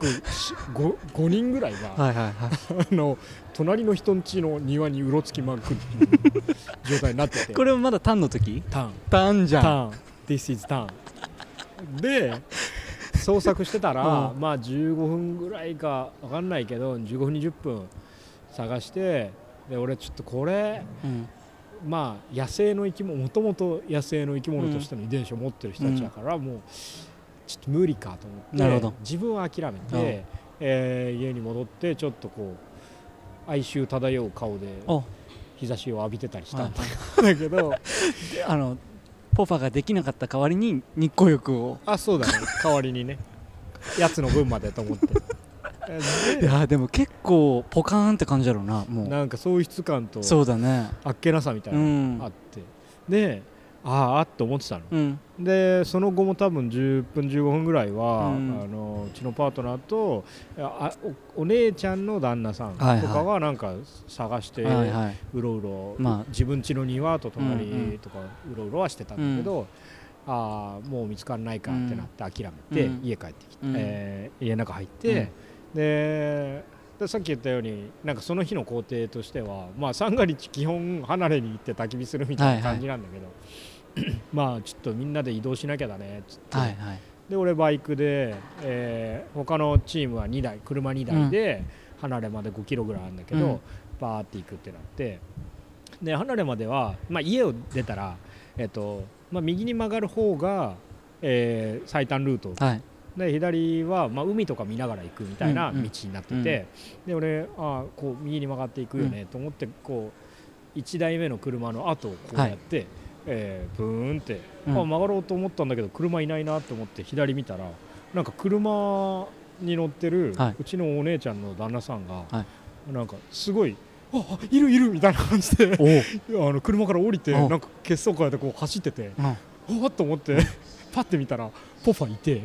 5人ぐらいが隣の人ん家の庭にうろつきまくる状態になっててこれはまだタンの時タンじゃんタン This is タンで捜索してたらまあ15分ぐらいか分かんないけど15分20分探してで俺ちょっとこれ、まあ野生の生き物もともと野生の生き物としての遺伝子を持ってる人たちだから、もうちょっと無理かと思って自分は諦めて、家に戻ってちょっとこう哀愁漂う顔で日差しを浴びてたりしたんだけどポファができなかった代わりに日光浴をそうだね代わりにねやつの分までと思っていやでも結構ポカーンって感じだろうなもうなんか喪失感とそうだねあっけなさみたいなのがあって、でって思ってたの、でその後も多分10分15分ぐらいは、うちのパートナーとお姉ちゃんの旦那さんとかはなんか探してうろうろ、自分家の庭と隣とかうろうろはしてたんだけど、もう見つからないかってなって諦めて、家帰ってきて、家の中入って、でさっき言ったようになんかその日の工程としてはまあ三が日基本離れに行って焚き火するみたいな感じなんだけど、まあちょっとみんなで移動しなきゃだねっつって、で俺バイクで、他のチームは車2台で離れまで5キロぐらいあるんだけど、バーって行くってなって、で離れまでは、まあ、家を出たら、右に曲がる方が、最短ルート、で左は、まあ、海とか見ながら行くみたいな道になってて、で俺こう右に曲がっていくよねと思ってこう1台目の車の後をこうやって、ブーンって、曲がろうと思ったんだけど車いないなと思って左見たらなんか車に乗ってる、うちのお姉ちゃんの旦那さんが、なんかすごいいるみたいな感じで車から降りてなんか血相変えてこう走っててっと思ってパッて見たらポファいて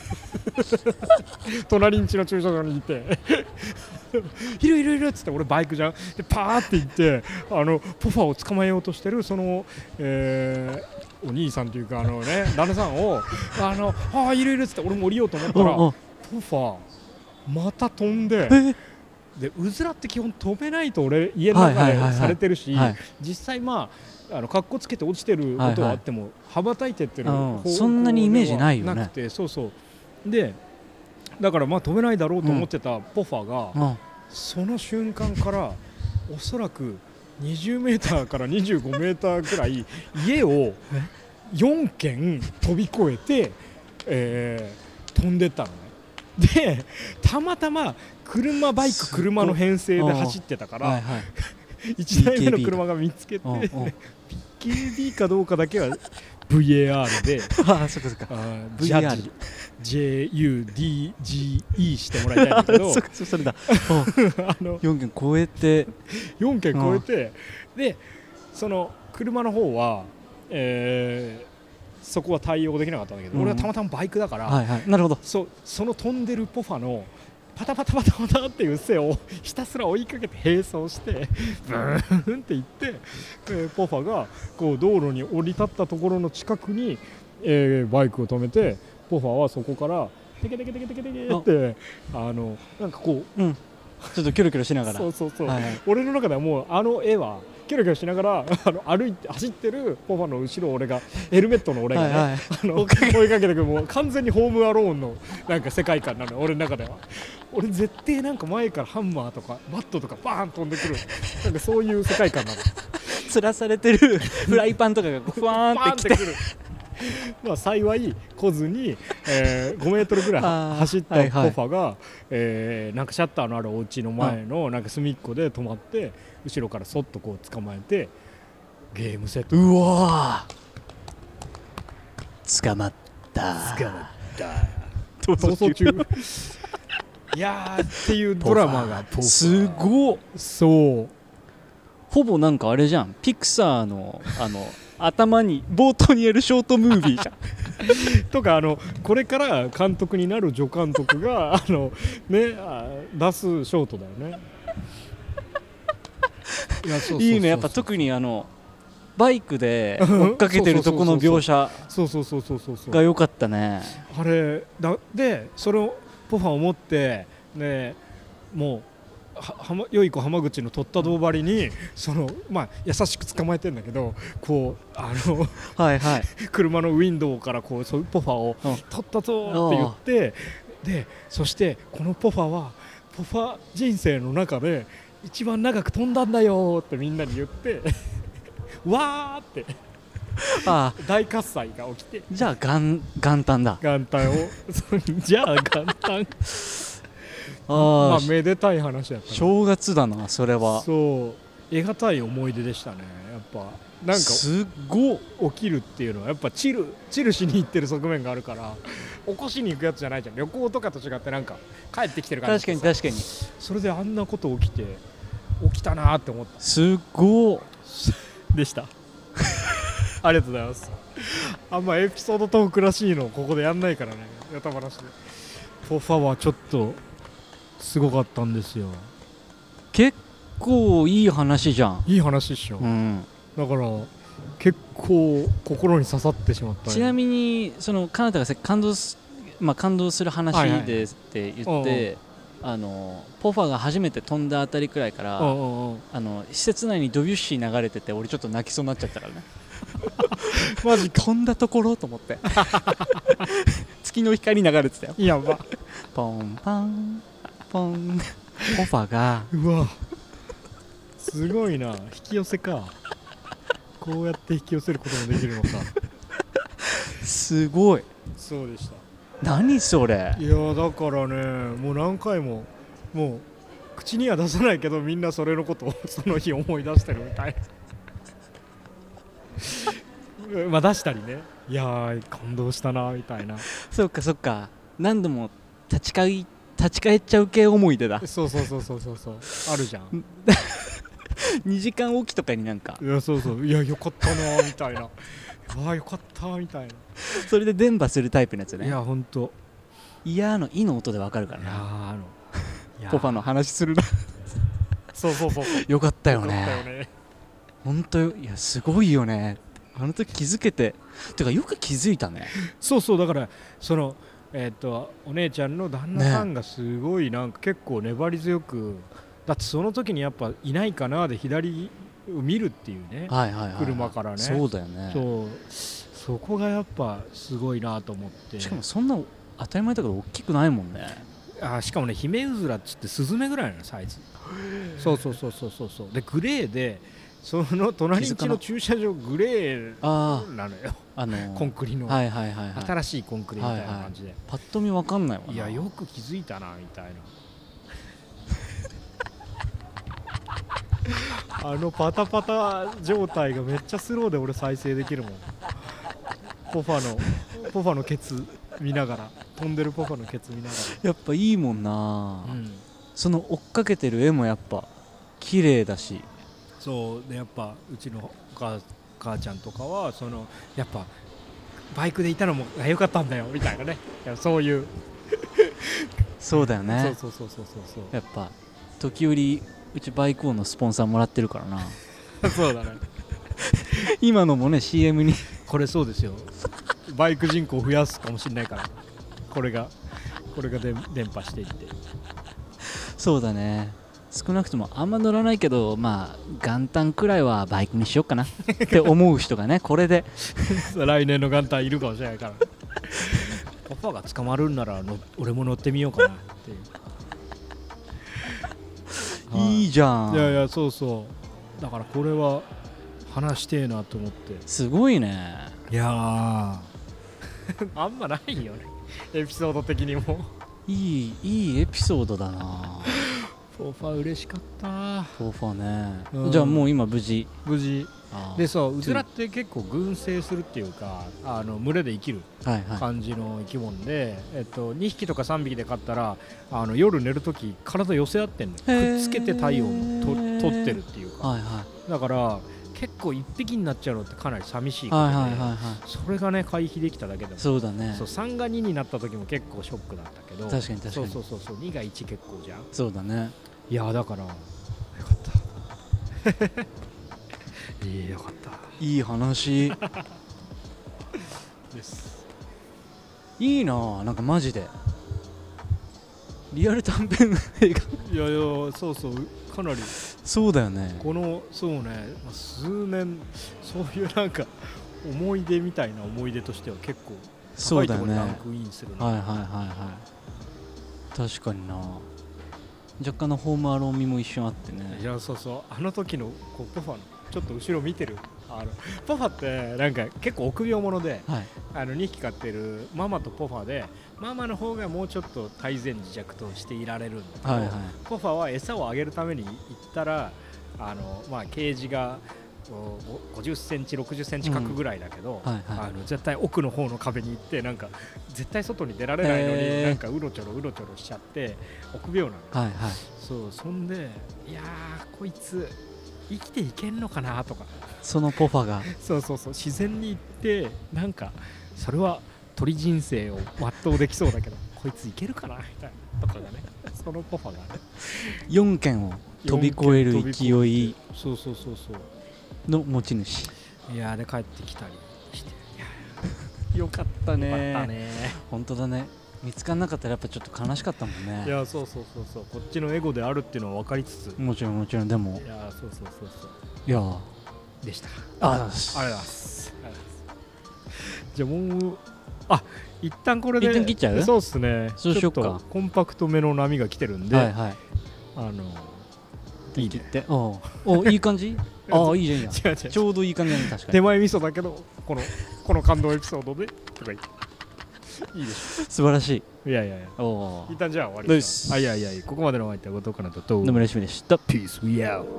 隣ん家の駐車場にいているっつって俺バイクじゃんでパーって行ってポファを捕まえようとしてるその、お兄さんというか旦那さんをいるっつって俺も降りようと思ったらポファまた飛んで。でうずらって基本飛べないと俺家の中でされてるし、実際まあかっこつけて落ちてることはあっても羽ばたいてってるそんなにイメージないよね。 なくてそうでだからまあ飛べないだろうと思ってたポファが、その瞬間からおそらく20メーターから25メーターくらい家を4軒飛び越えて、飛んでったのね。でたまたまバイク車の編成で走ってたから1台目の車が見つけて BKB かどうかだけは VAR でJUDGE してもらいたいんだけどそれだ4軒超えてでその車の方はそこは対応できなかったんだけど、俺はたまたまバイクだから、 なるほど。 その飛んでるポファのパタパタっていう背をひたすら追いかけて並走してブーンって行って、ポファがこう道路に降り立ったところの近くに、バイクを止めてポファはそこからテケテケってなんかこう、 ちょっとキョロキョロしながらそう、俺の中ではもう絵はキョロキョロしながら歩いて走ってるポファの後ろを俺がヘルメットの俺がね、追いかけてくる、もう完全にホームアローンのなんか世界観なの俺の中では。俺絶対なんか前からハンマーとかバットとかバーン飛んでくるなんかそういう世界観なの。 吊らされてるフライパンとかがふわーんってきてくるまあ幸い来ずに、5メートルぐらい走ったポファが、なんかシャッターのあるお家の前のなんか隅っこで止まって後ろからそっとこう捕まえてゲームセット。 うわー捕まった逃走中いやーっていうドラマがすごっ。 そうほぼなんかあれじゃん、ピクサーの頭に冒頭にやるショートムービーじゃんとかこれから監督になる助監督がね出すショートだよね。いやそうそうそうそういいね、やっぱ特にバイクで追っかけてるとこの描写が良かったね。 あれでそれをポファを持ってね、もう良い子浜口の取った胴張りに優しく捕まえてんだけど、こうはいはい車のウィンドウからこうそういうポファを取ったぞって言って、でそしてこのポファはポファ人生の中で一番長く飛んだんだよってみんなに言ってわーって大喝采が起きて、 じゃあ元旦だ。 元旦をじゃあ元旦めでたい話だった、ね、 正月だなそれは。 そう得難い思い出でしたね。やっぱなんかすっごい起きるっていうのはやっぱチルしに行ってる側面があるから、起こしに行くやつじゃないじゃん。旅行とかと違ってなんか帰ってきてる感じ。 確かにそれであんなこと起きたなって思った。 すっごいでしたありがとうございます。あんまエピソードトークらしいのここでやんないからね、やた話で。ポファはちょっとすごかったんですよ。 結構いい話じゃん。 いい話っしょ、 うん、 だから結構心に刺さってしまった、ね、 ちなみにそのカナダが感動する話でって言って、ポファが初めて飛んだあたりくらいから施設内にドビュッシー流れてて、俺ちょっと泣きそうになっちゃったからねマジ飛んだところと思って月の光流れてたよ。 やばポンパンポンポファがうわすごいな、引き寄せか。こうやって引き寄せることもできるのかすごい。 そうでした。 何それ。いやだからね、もう何回ももう口には出さないけど、みんなそれのことをその日思い出してるみたいな出したりね。いやー感動したなみたいな。 そっか何度も立ち返っちゃう系思い出だ。 そうあるじゃん 2時間おきとかになんかいやよかったなみたいなよかったみたいな。 それで電波するタイプのやつね。 いやほんとイヤーのイの音でわかるからな。ポファの話するなそうよかったよね本当。いやすごいよね、あの時気づけて。てかよく気づいたね。 そうだからそのお姉ちゃんの旦那さんがすごいなんか結構粘り強く、だってその時にやっぱいないかなで左を見るっていうね、車からね。 そうだよね。 そこがやっぱすごいなと思って。 しかもそんな当たり前だから大きくないもんね。 しかもね、ヒメウズラっつってスズメぐらいなのサイズ。そうでグレーで、その隣んちの駐車場グレーなのよ。コンクリの新しいコンクリみたいな感じで、 パッと見わかんないわな。 いやよく気づいたなみたいなパタパタ状態がめっちゃスローで俺再生できるもん。ポファのケツ見ながら、飛んでるポファのケツ見ながら。 やっぱいいもんな、その追っかけてる絵もやっぱ綺麗だし。 そうでやっぱうちの母ちゃんとかはやっぱバイクでいたのも良かったんだよみたいなね。いやそういうそうだよね。 そうやっぱ時折うちバイク王のスポンサーもらってるからなそうだね今のもね CM にこれそうですよバイク人口を増やすかもしれないから、これが伝播していって。 そうだね、少なくともあんま乗らないけど、元旦くらいはバイクにしようかなって思う人がねこれで来年の元旦いるかもしれないからパパが捕まるんなら俺も乗ってみようかなっていういいじゃん。 いやそうだからこれは話してえなと思って。 すごいね。 いやあんまないよねエピソード的にもいいエピソードだなポファ嬉しかった。 ポファね、じゃあもう今無事で、うずらって結構群生するっていうか群れで生きる感じの生き物で、2匹とか3匹で飼ったら夜寝るとき体寄せ合ってんの、くっつけて体温取取ってるっていうか、 はいはいだから結構1匹になっちゃうのってかなり寂しいことで、 はいはいはいはいそれがね回避できただけでもそうだねそう3が2になった時も結構ショックだったけど、 確かに確かにそう2が1結構じゃん。 そうだねいやだからよかったよかったいい話ですいいなあなんかマジでリアル短編映画いやそうかなりそうだよねこのそうね、まあ数年そういうなんか思い出みたいな思い出としては結構高いところにランクインするな。 はいはいはいはい確かにな若干のホームアローン味も一瞬あってねいやそうあの時のこうポファのちょっと後ろ見てるポファってなんか結構臆病者で、 はい 2匹飼ってるママとポファでママの方がもうちょっと泰然自若としていられるんだけど、 はいはいポファは餌をあげるために行ったらまあ、ケージが50センチ60センチ角ぐらいだけど、 はいはい絶対奥の方の壁に行ってなんか絶対外に出られないのになんかうろちょろしちゃって臆病なの、 はいはいそんでいやーこいつ生きていけんのかなとかそのポファがそう自然に行ってなんかそれは鳥人生を全うできそうだけどこいついけるかなみたいなとかがねそのポファがね 4軒を飛び越える勢いそうの持ち主いやーで帰ってきたりしてよかったねよかったね本当だね見つからなかったらやっぱちょっと悲しかったもんねいやそうこっちのエゴであるっていうのは分かりつつもちろんでもいやそういやーでしたあありがとうございますじゃあもう一旦これで一旦切っちゃうそうっすねそうしよっかちょっとコンパクトめの波が来てるんで、 はいはいいいね切っておいい感じああいいじゃんいいじゃん違うちょうどいい感じだね確かに手前味噌だけどこの感動エピソードでとか言っていいでし素晴らしいょいやおお一旦じゃあ終わりでですすいやここまでのお相手は後藤かなと野村しみでしたピースウィア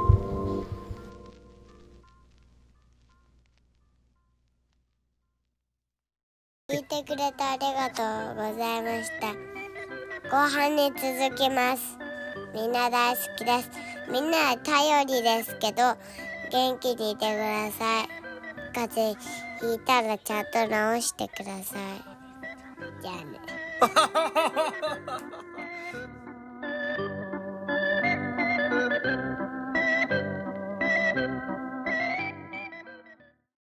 聞いてくれてありがとうございました。後半に続きます。みんな大好きです。みんな頼りですけど元気にいてください。風邪ひいたらちゃんと治してください。じゃあね。